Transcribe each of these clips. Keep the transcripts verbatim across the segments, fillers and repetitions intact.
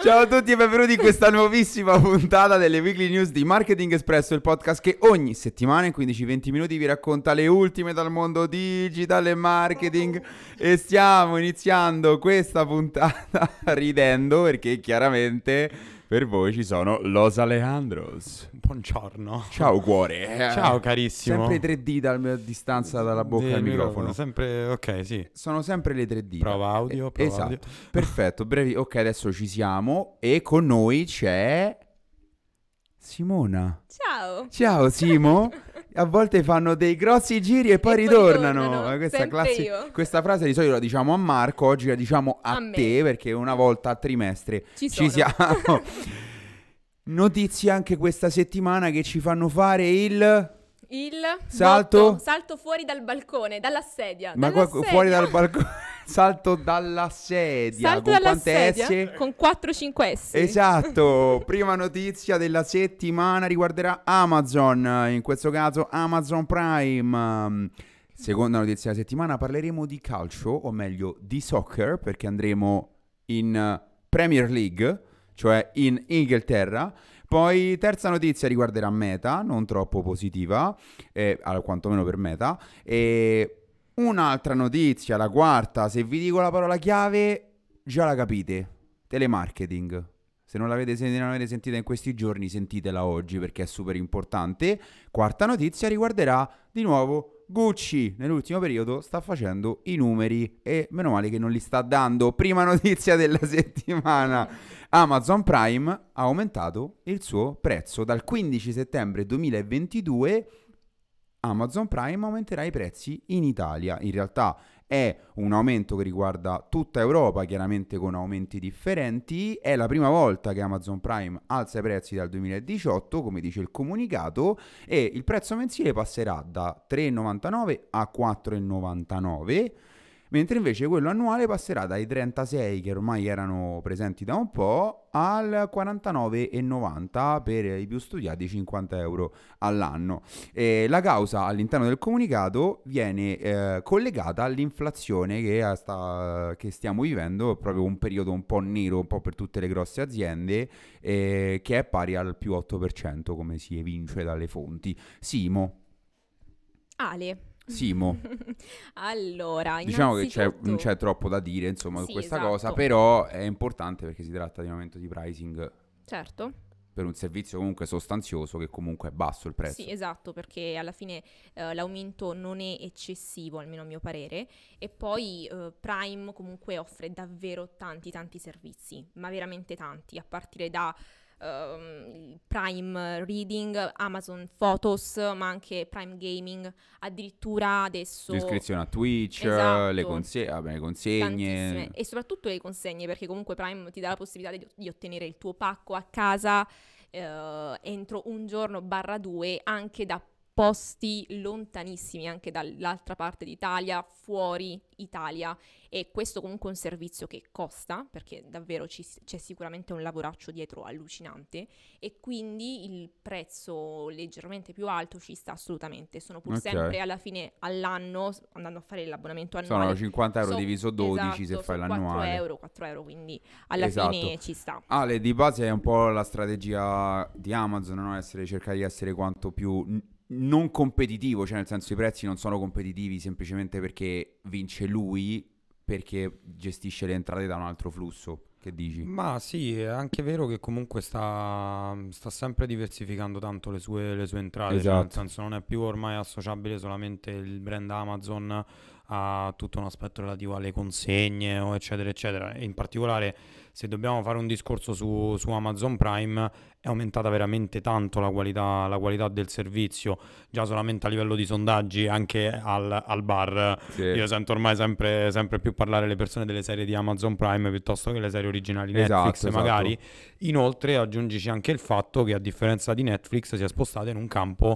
Ciao a tutti e benvenuti in questa nuovissima puntata delle Weekly News di Marketing Espresso, il podcast che ogni settimana in quindici venti minuti vi racconta le ultime dal mondo digital e marketing. E stiamo iniziando questa puntata ridendo perché chiaramente per voi ci sono Los Alejandros. Buongiorno. Ciao cuore. Ciao carissimo. Sempre tre dita a distanza dalla bocca Del al microfono. microfono. Sempre, ok, sì. Sono sempre le tre dita. Prova audio, prova esatto. audio. Perfetto, brevi. Ok, adesso ci siamo e con noi c'è Simona. Ciao. Ciao Simo. A volte fanno dei grossi giri e poi E poi ritornano. ritornano, Questa, sempre classi- io. questa frase di solito la diciamo a Marco, oggi la diciamo a, A me. te perché una volta a trimestre Ci ci sono. siamo. Notizie anche questa settimana che ci fanno fare il... Il Salto? botto, salto fuori dal balcone, dalla sedia. Ma dalla qua- sedia. fuori dal balcone. Salto dalla sedia. Salto con dalla quante sedia S? con quattro cinque S. Esatto, prima notizia della settimana riguarderà Amazon, in questo caso Amazon Prime. Seconda notizia della settimana parleremo di calcio, o meglio di soccer, perché andremo in eh, Premier League, cioè in Inghilterra. Poi terza notizia riguarderà Meta, non troppo positiva, eh, al- quantomeno per Meta. E un'altra notizia, la quarta, se vi dico la parola chiave già la capite, telemarketing. Se non l'avete, se non l'avete sentita in questi giorni, sentitela oggi perché è super importante. Quarta notizia riguarderà di nuovo Gucci. Nell'ultimo periodo sta facendo i numeri e meno male che non li sta dando. Prima notizia della settimana. Amazon Prime ha aumentato il suo prezzo. Dal quindici settembre duemilaventidue Amazon Prime aumenterà i prezzi in Italia. In realtà è un aumento che riguarda tutta Europa, chiaramente con aumenti differenti. È la prima volta che Amazon Prime alza i prezzi dal duemiladiciotto, come dice il comunicato, e il prezzo mensile passerà da tre e novantanove a quattro e novantanove, mentre invece quello annuale passerà dai trentasei, che ormai erano presenti da un po', al quarantanove e novanta, per i più studiati cinquanta euro all'anno. E la causa all'interno del comunicato viene eh, collegata all'inflazione che, eh, sta, che stiamo vivendo, proprio un periodo un po' nero, un po' per tutte le grosse aziende, eh, che è pari al più otto per cento, come si evince dalle fonti. Simo. Ale. Simo. Allora, Diciamo che c'è, innanzitutto- non c'è troppo da dire, insomma, su Sì, questa esatto. cosa, però è importante perché si tratta di un aumento di pricing Certo. per un servizio comunque sostanzioso, che comunque è basso il prezzo. Sì, esatto, perché alla fine eh, l'aumento non è eccessivo, almeno a mio parere, e poi eh, Prime comunque offre davvero tanti tanti servizi, ma veramente tanti, a partire da ehm, il Prime Reading, Amazon Photos, ma anche Prime Gaming, addirittura adesso L'iscrizione a Twitch, Esatto. le, conse- vabbè, le consegne. tantissime, e soprattutto le consegne, perché comunque Prime ti dà la possibilità di, di ottenere il tuo pacco a casa eh, entro un giorno barra due, anche da posti lontanissimi, anche dall'altra parte d'Italia, fuori Italia, e questo comunque è un servizio che costa, perché davvero ci- c'è sicuramente un lavoraccio dietro allucinante, e quindi il prezzo leggermente più alto ci sta assolutamente. Sono pur Ok. sempre alla fine all'anno, s- andando a fare l'abbonamento annuale, Sono cinquanta euro So- diviso dodici, esatto, se fai sono l'annuale. quattro euro, quattro euro, quindi alla Esatto. fine ci sta. Ale, di base è un po' la strategia di Amazon, no? Essere, cercare di essere quanto più n- non competitivo, cioè nel senso i prezzi non sono competitivi semplicemente perché vince lui, perché gestisce le entrate da un altro flusso. Che dici? Ma sì, è anche vero che comunque sta, sta sempre diversificando tanto le sue, le sue entrate, cioè nel Esatto. senso non è più ormai associabile solamente il brand Amazon a tutto un aspetto relativo alle consegne o eccetera eccetera. E in particolare, se dobbiamo fare un discorso su, su Amazon Prime, è aumentata veramente tanto la qualità, la qualità del servizio, già solamente a livello di sondaggi, anche al, al bar. Sì. Io sento ormai sempre, sempre più parlare le persone delle serie di Amazon Prime piuttosto che le serie originali Netflix, Esatto, magari. esatto. Inoltre aggiungici anche il fatto che, a differenza di Netflix, si è spostata in un campo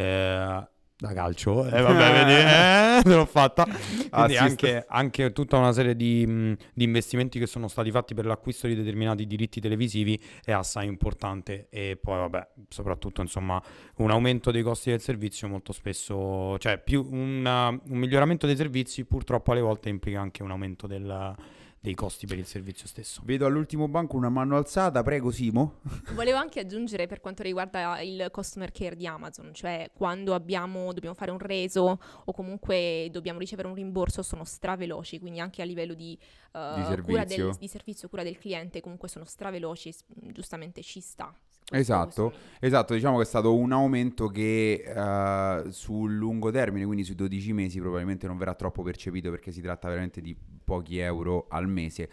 eh, da calcio. E eh, vabbè, vedi, eh, te l'ho fatta. Quindi Ah, sì, anche, anche tutta una serie di, mh, di investimenti che sono stati fatti per l'acquisto di determinati diritti televisivi è assai importante. E poi vabbè, soprattutto insomma un aumento dei costi del servizio molto spesso, cioè più una- un miglioramento dei servizi purtroppo alle volte implica anche un aumento del, dei costi per il servizio stesso. Vedo all'ultimo banco una mano alzata, prego Simo. Volevo anche aggiungere per quanto riguarda il customer care di Amazon, cioè quando abbiamo, dobbiamo fare un reso o comunque dobbiamo ricevere un rimborso, sono straveloci, quindi anche a livello di, uh, Di cura servizio. del, di servizio, cura del cliente, comunque sono straveloci, s- giustamente ci sta. Questo- Esatto, questo mi- esatto, diciamo che è stato un aumento che eh, sul lungo termine, quindi sui dodici mesi, probabilmente non verrà troppo percepito perché si tratta veramente di pochi euro al mese.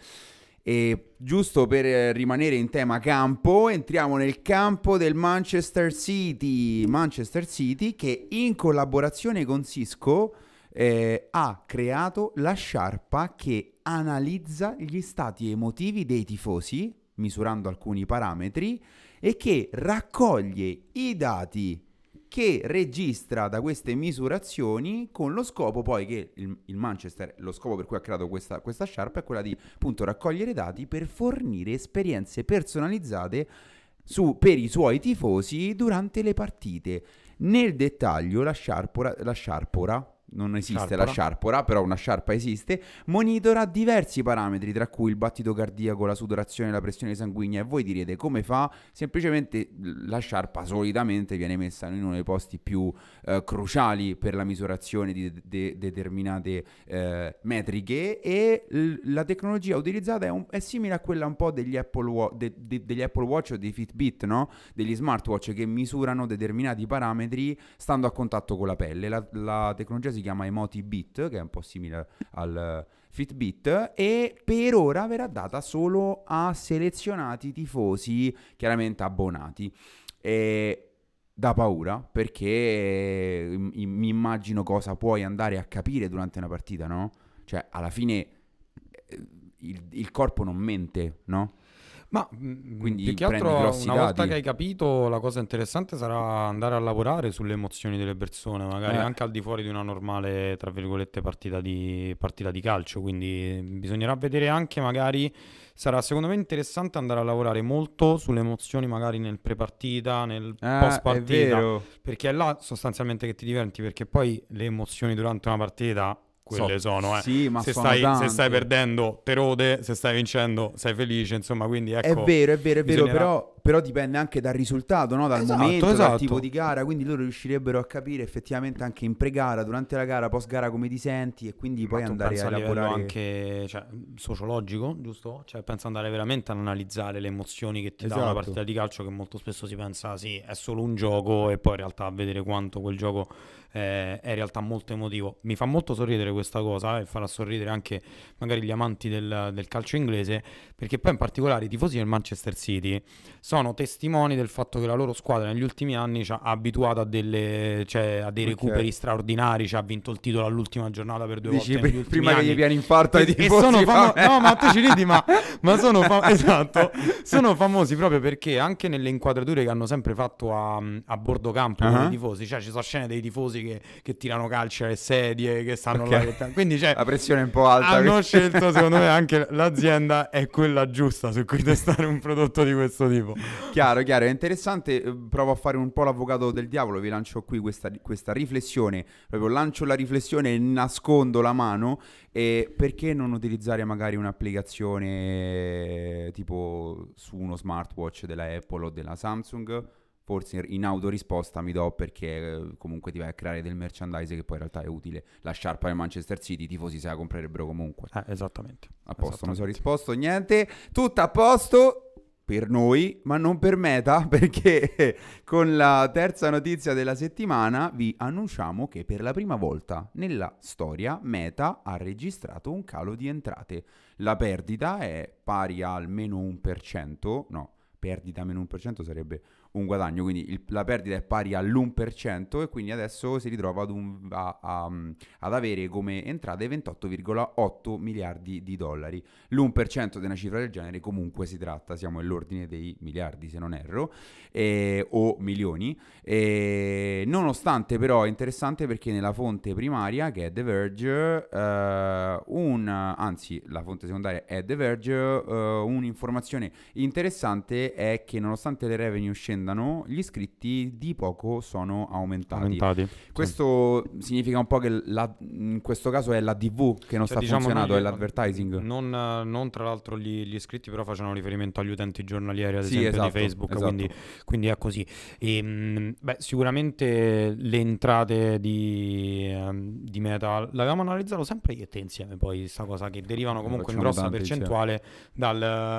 E giusto per eh, rimanere in tema campo, entriamo nel campo del Manchester City. Manchester City che in collaborazione con Cisco eh, ha creato la sciarpa che analizza gli stati emotivi dei tifosi, misurando alcuni parametri, e che raccoglie i dati che registra da queste misurazioni con lo scopo poi che il, il Manchester, lo scopo per cui ha creato questa, questa sciarpa è quella di appunto raccogliere dati per fornire esperienze personalizzate su, per i suoi tifosi durante le partite. Nel dettaglio la sciarpora, la sciarpora non esiste Sciarpora. la sciarpora, però una sciarpa esiste, monitora diversi parametri, tra cui il battito cardiaco, la sudorazione, la pressione sanguigna. E voi direte come fa? Semplicemente la sciarpa solitamente viene messa in uno dei posti più eh, cruciali per la misurazione di de- de- determinate eh, metriche, e l- la tecnologia utilizzata è, un- è simile a quella un po' degli Apple, Wa- de- de- degli Apple Watch o dei Fitbit, no? Degli smartwatch che misurano determinati parametri stando a contatto con la pelle. La, la tecnologia si chiama EmotiBit, che è un po' simile al Fitbit, e per ora verrà data solo a selezionati tifosi, chiaramente abbonati. E da paura, perché im- im- mi immagino cosa puoi andare a capire durante una partita, no? Cioè, alla fine eh, il, il corpo non mente, no? Ma mm, Quindi più che prendi altro grossi una volta dati. che hai capito, la cosa interessante sarà andare a lavorare sulle emozioni delle persone, magari Eh. anche al di fuori di una normale, tra virgolette, partita di, partita di calcio. Quindi bisognerà vedere anche, magari, sarà secondo me interessante andare a lavorare molto sulle emozioni magari nel pre-partita, nel Ah, post è partita, vero. perché è là sostanzialmente che ti diverti, perché poi le emozioni durante una partita, quelle So- sono, eh. Sì, ma Se sono stai, se tante. stai perdendo, te rode, se stai vincendo, sei felice, insomma, quindi È ecco. vero, è vero, è vero, bisognerà- però, però dipende anche dal risultato, no? Dal Esatto, momento, dal esatto. tipo di gara, quindi loro riuscirebbero a capire effettivamente anche in pre-gara, durante la gara, post-gara come ti senti, e quindi poi Ma tu andare pensa a a livello elaborare... anche, cioè, sociologico, giusto? Cioè, pensa andare veramente ad analizzare le emozioni che ti dà una Esatto. partita di calcio, che molto spesso si pensa, sì, è solo un gioco, e poi in realtà a vedere quanto quel gioco eh, è in realtà molto emotivo. Mi fa molto sorridere questa cosa, eh, e farà sorridere anche magari gli amanti del, del calcio inglese, perché poi in particolare i tifosi del Manchester City sono testimoni del fatto che la loro squadra negli ultimi anni ci ha abituato a, delle, cioè, a dei Ok. recuperi straordinari, ci ha vinto il titolo all'ultima giornata per due Dici, volte pri- negli ultimi prima che anni. gli viene infarto ai E- e tifosi, sono famo- fa- no, ma tu ci ridi, ma, ma sono, fam- esatto, sono famosi proprio perché anche nelle inquadrature che hanno sempre fatto a, a bordo campo con Ah. i tifosi, cioè ci sono scene dei tifosi che, che tirano calci alle sedie, che stanno Ok. là, che- quindi cioè, La pressione è un po' alta. hanno scelto, secondo me, anche l'azienda è quella giusta su cui testare un prodotto di questo tipo. Chiaro, chiaro, è interessante. eh, Provo a fare un po' l'avvocato del diavolo. Vi lancio qui questa, questa riflessione. Proprio lancio la riflessione e nascondo la mano. E perché non utilizzare magari un'applicazione eh, tipo su uno smartwatch della Apple o della Samsung? Forse in autorisposta mi do, perché eh, comunque ti vai a creare del merchandise che poi in realtà è utile. La sciarpa del Manchester City, i tifosi se la comprerebbero comunque. Eh, esattamente. A posto, non sono Esattamente. risposto, niente, tutto a posto per noi, ma non per Meta, perché con la terza notizia della settimana vi annunciamo che per la prima volta nella storia Meta ha registrato un calo di entrate. La perdita è pari al meno un per cento, no, perdita meno un per cento sarebbe un guadagno, quindi il- la perdita è pari all'uno per cento, e quindi adesso si ritrova ad, un- a- a- ad avere come entrate ventotto virgola otto miliardi di dollari. L'uno per cento di una cifra del genere comunque si tratta, siamo nell'ordine dei miliardi se non erro, eh, o milioni, e nonostante però è interessante perché nella fonte primaria, che è The Verge, eh, un, anzi la fonte secondaria è The Verge, eh, un'informazione interessante è che nonostante le revenue scendano aziendano, gli iscritti di poco sono aumentati. Aumentati. Questo sì. significa un po' che la, in questo caso è la tivù che non Cioè, sta diciamo, funzionando, noi- è l'advertising. Non, non tra l'altro gli, gli iscritti però facevano riferimento agli utenti giornalieri, ad Sì, esempio, esatto, di Facebook, esatto. quindi, quindi è così. E, mh, beh, sicuramente le entrate di, ehm, di Meta l'avevamo analizzato sempre io e te insieme, poi sta cosa che derivano comunque in facciamo grossa tante percentuale dal...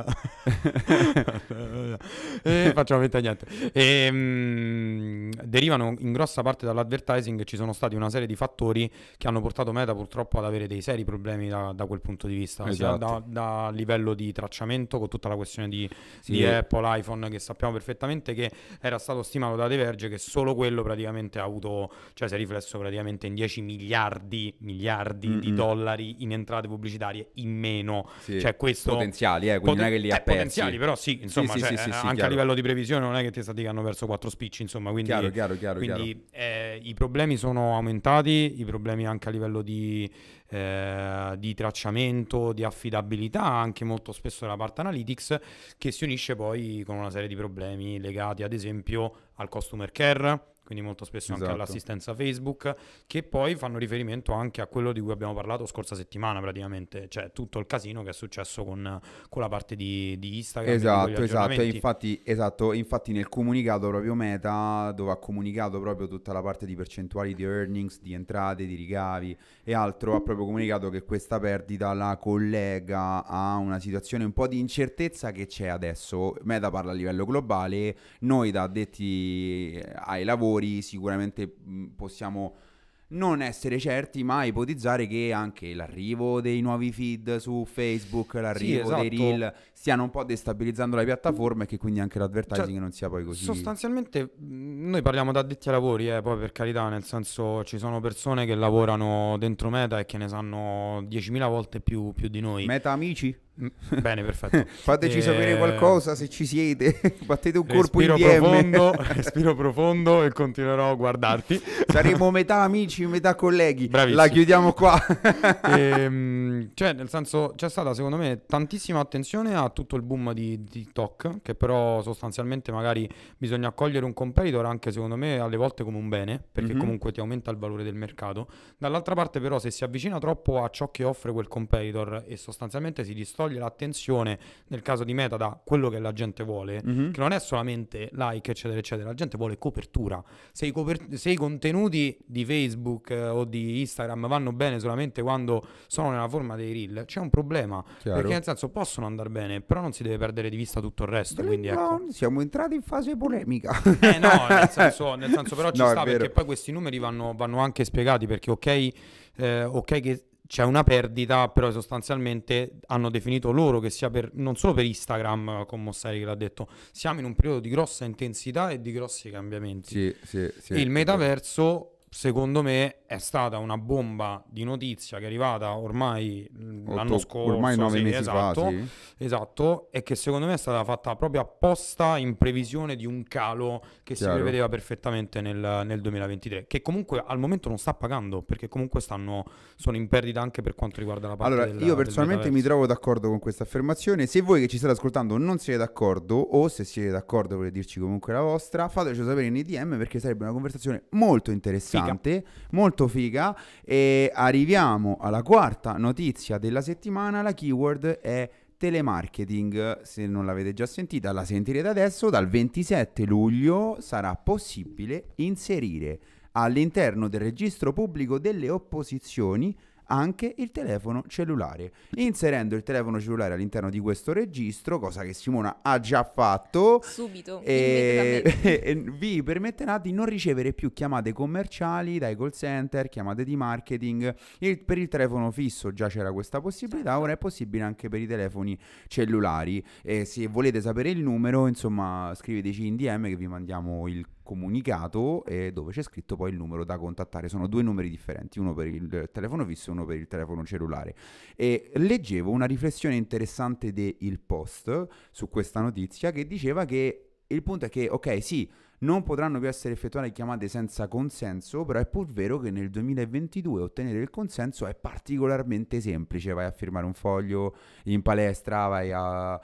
e facciamo finta di niente. E, mh, derivano in grossa parte dall'advertising. Ci sono stati una serie di fattori che hanno portato Meta purtroppo ad avere dei seri problemi da, da quel punto di vista, sia Esatto. da, da livello di tracciamento, con tutta la questione di, Sì. di Apple, iPhone, che sappiamo perfettamente che era stato stimato da The Verge che solo quello praticamente ha avuto, cioè si è riflesso praticamente in dieci miliardi miliardi Mm-mm. di dollari in entrate pubblicitarie in meno. Sì. Cioè questo Potenziali, eh, quindi Poten- non è che li ha eh, persi. potenziali, però sì, insomma, sì, cioè, sì, sì, eh, sì, anche chiaro. a livello di previsione non è che ti sta dicendo che hanno perso quattro spicci, insomma, quindi, Chiaro, chiaro, chiaro, quindi eh, i problemi sono aumentati, i problemi anche a livello di, eh, di tracciamento, di affidabilità, anche molto spesso della parte analytics, che si unisce poi con una serie di problemi legati ad esempio al customer care, quindi molto spesso anche Esatto. all'assistenza Facebook, che poi fanno riferimento anche a quello di cui abbiamo parlato scorsa settimana praticamente, cioè tutto il casino che è successo con, con la parte di, di Instagram e di quegli Esatto, esatto, e aggiornamenti. infatti, esatto, infatti nel comunicato proprio Meta, dove ha comunicato proprio tutta la parte di percentuali di earnings, di entrate, di ricavi e altro, ha proprio comunicato che questa perdita la collega a una situazione un po' di incertezza che c'è adesso. Meta parla a livello globale, noi da addetti ai lavori sicuramente mh, possiamo non essere certi, ma ipotizzare che anche l'arrivo dei nuovi feed su Facebook, l'arrivo esatto. dei reel stiano un po' destabilizzando la piattaforma e che quindi anche l'advertising Cioè, non sia poi così. Sostanzialmente mh, noi parliamo da addetti ai lavori, eh, poi per carità, nel senso ci sono persone che lavorano dentro Meta e che ne sanno diecimila volte più, più di noi. Meta amici? Mm, Bene, perfetto. Fateci Eh, sapere qualcosa se ci siete. Battete un colpo in Respiro D M. profondo, respiro profondo e continuerò a guardarti. Saremo metà amici, metà colleghi. Bravissimo. La chiudiamo qua. Ehm, cioè, nel senso, c'è stata secondo me tantissima attenzione a tutto il boom di, di TikTok, che però sostanzialmente magari bisogna accogliere un competitor anche secondo me alle volte come un bene, perché Mhm. comunque ti aumenta il valore del mercato. Dall'altra parte però se si avvicina troppo a ciò che offre quel competitor e sostanzialmente si distoglie l'attenzione, nel caso di Meta, da quello che la gente vuole, Mhm. che non è solamente like eccetera eccetera, la gente vuole copertura. Se i, coper- se i contenuti di Facebook eh, o di Instagram vanno bene solamente quando sono nella forma dei reel, c'è un problema. Chiaro. Perché nel senso possono andare bene, però non si deve perdere di vista tutto il resto. Quindi ecco. Siamo entrati in fase polemica. Eh no, nel senso, nel senso però ci No, è sta, vero. perché poi questi numeri vanno, vanno anche spiegati, perché ok, eh, ok che c'è una perdita, però sostanzialmente hanno definito loro che sia per, non solo per Instagram, eh, con Mosseri che l'ha detto, siamo in un periodo di grossa intensità e di grossi cambiamenti. Sì, sì, sì. E il metaverso, secondo me, è stata una bomba di notizia che è arrivata ormai mh, l'anno Otto- scorso, ormai nove sì, mesi esatto, fa, sì. esatto, e che secondo me è stata fatta proprio apposta in previsione di un calo che Chiaro. si prevedeva perfettamente nel, nel duemilaventitré, che comunque al momento non sta pagando, perché comunque stanno, sono in perdita anche per quanto riguarda la parte Allora, del, io personalmente del mi metaverso. trovo d'accordo con questa affermazione. Se voi che ci state ascoltando non siete d'accordo, o se siete d'accordo e volete dirci comunque la vostra, fatecelo sapere nei D M, perché sarebbe una conversazione molto interessante, molto figa. E arriviamo alla quarta notizia della settimana. La keyword è telemarketing. Se non l'avete già sentita, la sentirete adesso. Dal ventisette luglio sarà possibile inserire all'interno del registro pubblico delle opposizioni anche il telefono cellulare. Inserendo il telefono cellulare all'interno di questo registro, cosa che Simona ha già fatto, Subito, e immediatamente. e vi permetterà di non ricevere più chiamate commerciali dai call center, chiamate di marketing. Il- per il telefono fisso già c'era questa possibilità, Certo. ora è possibile anche per i telefoni cellulari. E se volete sapere il numero, insomma, scriveteci in D M che vi mandiamo il comunicato, e dove c'è scritto poi il numero da contattare. Sono due numeri differenti, uno per il telefono fisso e uno per il telefono cellulare. E leggevo una riflessione interessante del Post su questa notizia, che diceva che il punto è che, ok, sì, non potranno più essere effettuate chiamate senza consenso, però è pur vero che nel duemilaventidue ottenere il consenso è particolarmente semplice. Vai a firmare un foglio in palestra, vai a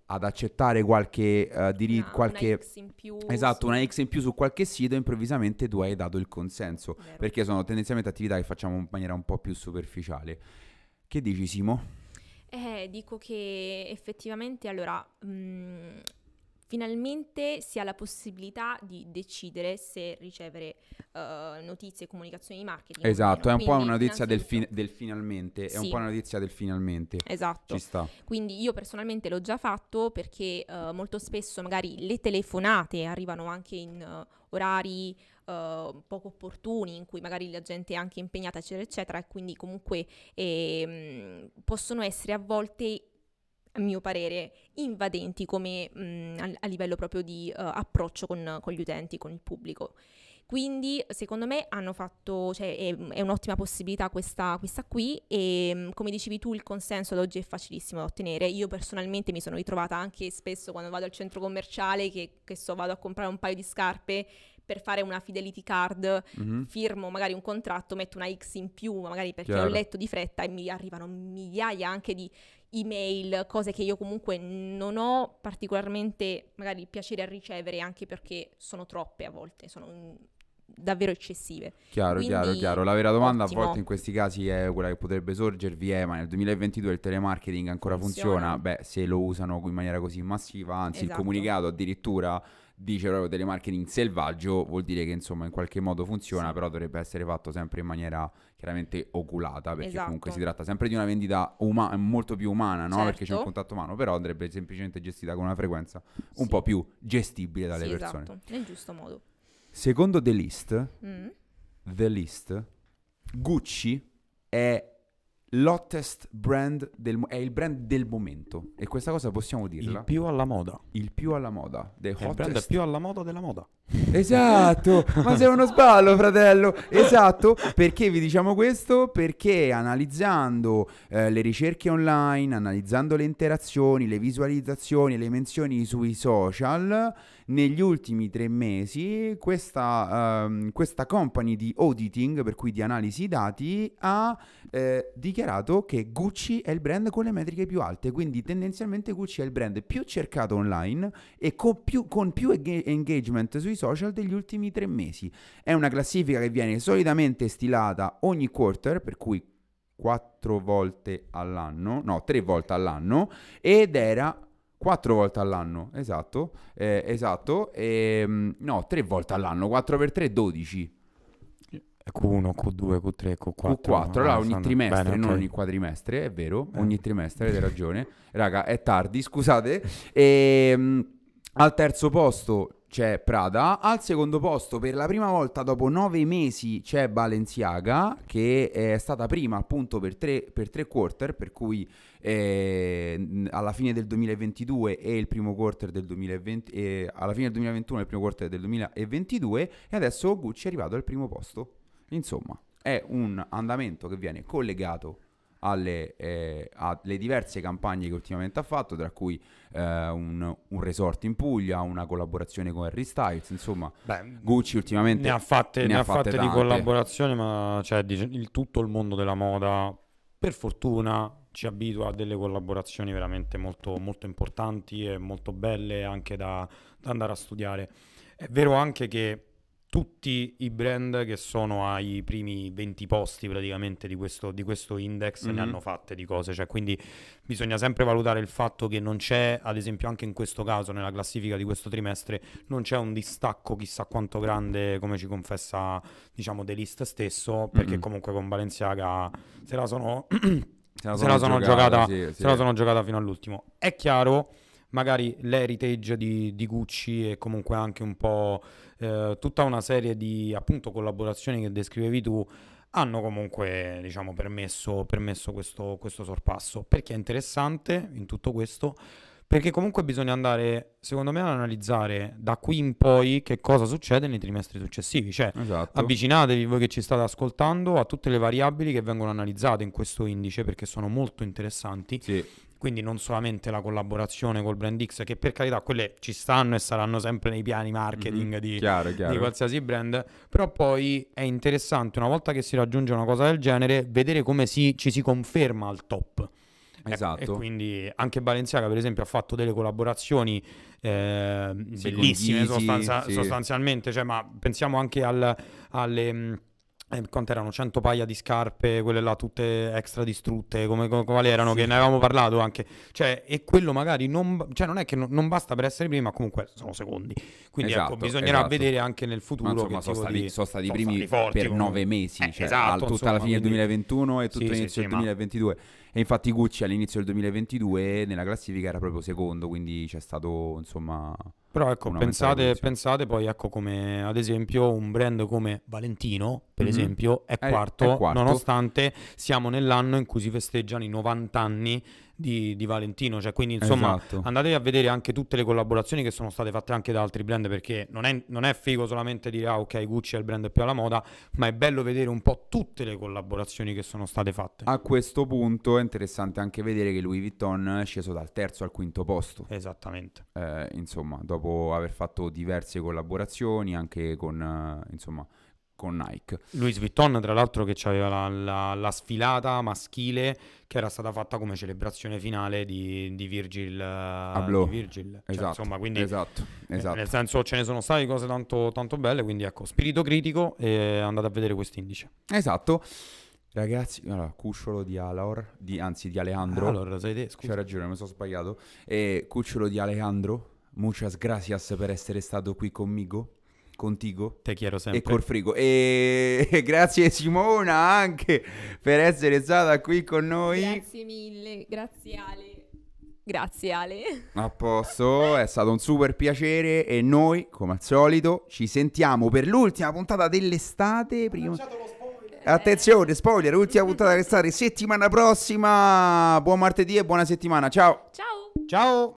ad accettare qualche uh, diritto, Una, qualche... una X in più. Esatto, sì. una X in più su qualche sito, improvvisamente tu hai dato il consenso, Vero. perché sono tendenzialmente attività che facciamo in maniera un po' più superficiale. Che dici, Simo? Eh, dico che effettivamente, allora, mh, finalmente si ha la possibilità di decidere se ricevere uh, notizie e comunicazioni di marketing o Esatto, è meno. un po' una Quindi, notizia del, fin- innanzitutto- del finalmente, è un Sì. po' una notizia del finalmente, Esatto. ci sta. Quindi io personalmente l'ho già fatto perché uh, molto spesso magari le telefonate arrivano anche in uh, orari uh, poco opportuni, in cui magari la gente è anche impegnata, eccetera, eccetera, e quindi comunque ehm, possono essere a volte, a mio parere, invadenti come mh, a, a livello proprio di uh, approccio con, con gli utenti, con il pubblico. Quindi secondo me hanno fatto, cioè è, è un'ottima possibilità questa, questa qui e mh, come dicevi tu il consenso ad oggi è facilissimo da ottenere. Io personalmente mi sono ritrovata anche spesso quando vado al centro commerciale che, che so vado a comprare un paio di scarpe per fare una fidelity card, Mhm. firmo magari un contratto, metto una X in più magari perché Chiaro. ho letto di fretta e mi arrivano migliaia anche di email, cose che io comunque non ho particolarmente magari piacere a ricevere anche perché sono troppe a volte, sono mm, davvero eccessive. Chiaro, Quindi, chiaro, chiaro. La vera domanda ottimo. a volte in questi casi è quella che potrebbe sorgervi è: ma nel duemilaventidue il telemarketing ancora funziona? Funziona. Beh, se lo usano in maniera così massiva, anzi il Esatto. comunicato addirittura dice proprio telemarketing selvaggio, vuol dire che insomma in qualche modo funziona, Sì. però dovrebbe essere fatto sempre in maniera chiaramente oculata, perché Esatto. comunque si tratta sempre di una vendita uma- molto più umana, no? Perché c'è un Certo. contatto umano, però andrebbe semplicemente gestita con una frequenza un Sì. po' più gestibile dalle Sì, persone. esatto, nel giusto modo. Secondo The List, Mm. The List, Gucci è l'hottest brand del mo- è il brand del momento, e questa cosa possiamo dirla, Il più alla moda. il più alla moda, the È il brand hottest. più alla moda della moda. Esatto, ma sei uno sballo, fratello. Esatto, perché vi diciamo questo? Perché analizzando eh, le ricerche online, analizzando le interazioni, le visualizzazioni, le menzioni sui social, negli ultimi tre mesi questa, ehm, questa company di auditing, per cui di analisi dati, ha eh, dichiarato che Gucci è il brand con le metriche più alte, quindi tendenzialmente Gucci è il brand più cercato online e con più, con più eng- engagement sui social degli ultimi tre mesi. È una classifica che viene solitamente stilata ogni quarter, per cui quattro volte all'anno, no, tre volte all'anno, ed era quattro volte all'anno, esatto, eh, esatto, ehm, no, tre volte all'anno, quattro per tre, dodici. Q uno, Q due, Q tre, Q quattro. Q quattro, allora Ah, ogni stanno- trimestre, bene, non ok. ogni quadrimestre, è vero, Eh. ogni trimestre, avete ragione. Raga, è tardi, scusate. Ehm, al terzo posto c'è Prada, al secondo posto per la prima volta dopo nove mesi c'è Balenciaga, che è stata prima appunto per tre, per tre quarter, per cui eh, n- alla fine del duemilaventidue e il primo quarter del duemilaventi, eh, alla fine del duemilaventuno e il primo quarter del duemilaventidue, e adesso Gucci è arrivato al primo posto. Insomma, è un andamento che viene collegato alle, eh, alle diverse campagne che ultimamente ha fatto, tra cui eh, un, un resort in Puglia, una collaborazione con Harry Styles, insomma, Beh, Gucci ultimamente ne ha fatte, ne ne ha ha fatte fatte di tante. collaborazione, ma cioè, dice- il, tutto il mondo della moda, per fortuna, ci abitua a delle collaborazioni veramente molto, molto importanti e molto belle anche da, da andare a studiare. È vero anche che tutti i brand che sono ai primi venti posti praticamente di questo, di questo index Mhm. ne hanno fatte di cose, cioè quindi bisogna sempre valutare il fatto che non c'è, ad esempio anche in questo caso nella classifica di questo trimestre, non c'è un distacco chissà quanto grande come ci confessa diciamo The List stesso, perché Mhm. comunque con Balenciaga se la sono, Se la se la sono giocata, giocata, sì, sì. se la sono giocata fino all'ultimo. È chiaro, magari l'heritage di, di Gucci e comunque anche un po' eh, tutta una serie di appunto collaborazioni che descrivevi tu hanno comunque diciamo permesso, permesso questo, questo sorpasso. Perché è interessante in tutto questo? Perché comunque bisogna andare, secondo me, ad analizzare da qui in poi che cosa succede nei trimestri successivi. Cioè, Esatto. avvicinatevi voi che ci state ascoltando a tutte le variabili che vengono analizzate in questo indice perché sono molto interessanti. Sì. Quindi non solamente la collaborazione col brand X, che per carità quelle ci stanno e saranno sempre nei piani marketing Mhm. di, Chiaro, chiaro. di qualsiasi brand, però poi è interessante una volta che si raggiunge una cosa del genere vedere come si, ci si conferma al top. Esatto. E, e quindi anche Balenciaga, per esempio, ha fatto delle collaborazioni eh, Sì, bellissime con Yeezy, sostanza- sì. sostanzialmente. Cioè, ma pensiamo anche al, alle. mh, eh, quante erano? cento paia di scarpe, quelle là tutte extra distrutte, come, come- quali erano, Sì. che ne avevamo parlato anche. Cioè, e quello magari non, ba- cioè non è che non, non basta per essere primi, ma comunque sono secondi. Quindi Esatto, ecco, bisognerà esatto. vedere anche nel futuro Ma insomma, che sono tipo stati, di- sono stati i sono primi stati forti per comunque. nove mesi, Eh, cioè esatto, al- tutta insomma, la fine del quindi- duemilaventuno e tutto Sì, sì, l'inizio sì, del ma- duemilaventidue. E infatti Gucci all'inizio del duemilaventidue nella classifica era proprio secondo, quindi c'è stato insomma... Però ecco, un aumento della pensate, produzione. pensate poi ecco come ad esempio un brand come Valentino, per Mhm. esempio, è Eh, quarto, è quarto. nonostante siamo nell'anno in cui si festeggiano i novanta anni di, di Valentino. Cioè, quindi insomma, Esatto. andatevi a vedere anche tutte le collaborazioni che sono state fatte anche da altri brand, perché non è, non è figo solamente dire ah ok, Gucci è il brand più alla moda, ma è bello vedere un po' tutte le collaborazioni che sono state fatte. A questo punto è interessante anche vedere che Louis Vuitton è sceso dal terzo al quinto posto. Esattamente. Eh, insomma, dopo aver fatto diverse collaborazioni anche con, eh, insomma, con Nike. Louis Vuitton, tra l'altro, che aveva la, la- la sfilata maschile che era stata fatta come celebrazione finale di, di Virgil. eh, Abloh. di Virgil. Cioè, Esatto, insomma, quindi esatto, eh, esatto. nel senso ce ne sono state cose tanto, tanto belle, quindi ecco, spirito critico e andate a vedere quest'indice. Esatto. Ragazzi, allora, cucciolo di Alaor, di, anzi di Alejandro. Allora, sei te, scusa. C'hai ragione, mi sono sbagliato. E cucciolo di Alejandro, muchas gracias per essere stato qui conmigo, contigo. Te quiero E sempre. col frigo. E grazie Simona anche per essere stata qui con noi. Grazie mille, grazie Ale. Grazie Ale. A posto, è stato un super piacere e noi, come al solito, ci sentiamo per l'ultima puntata dell'estate. Prima... Attenzione, spoiler, ultima puntata dell'estate, settimana prossima. Buon martedì e buona settimana. Ciao. Ciao. Ciao!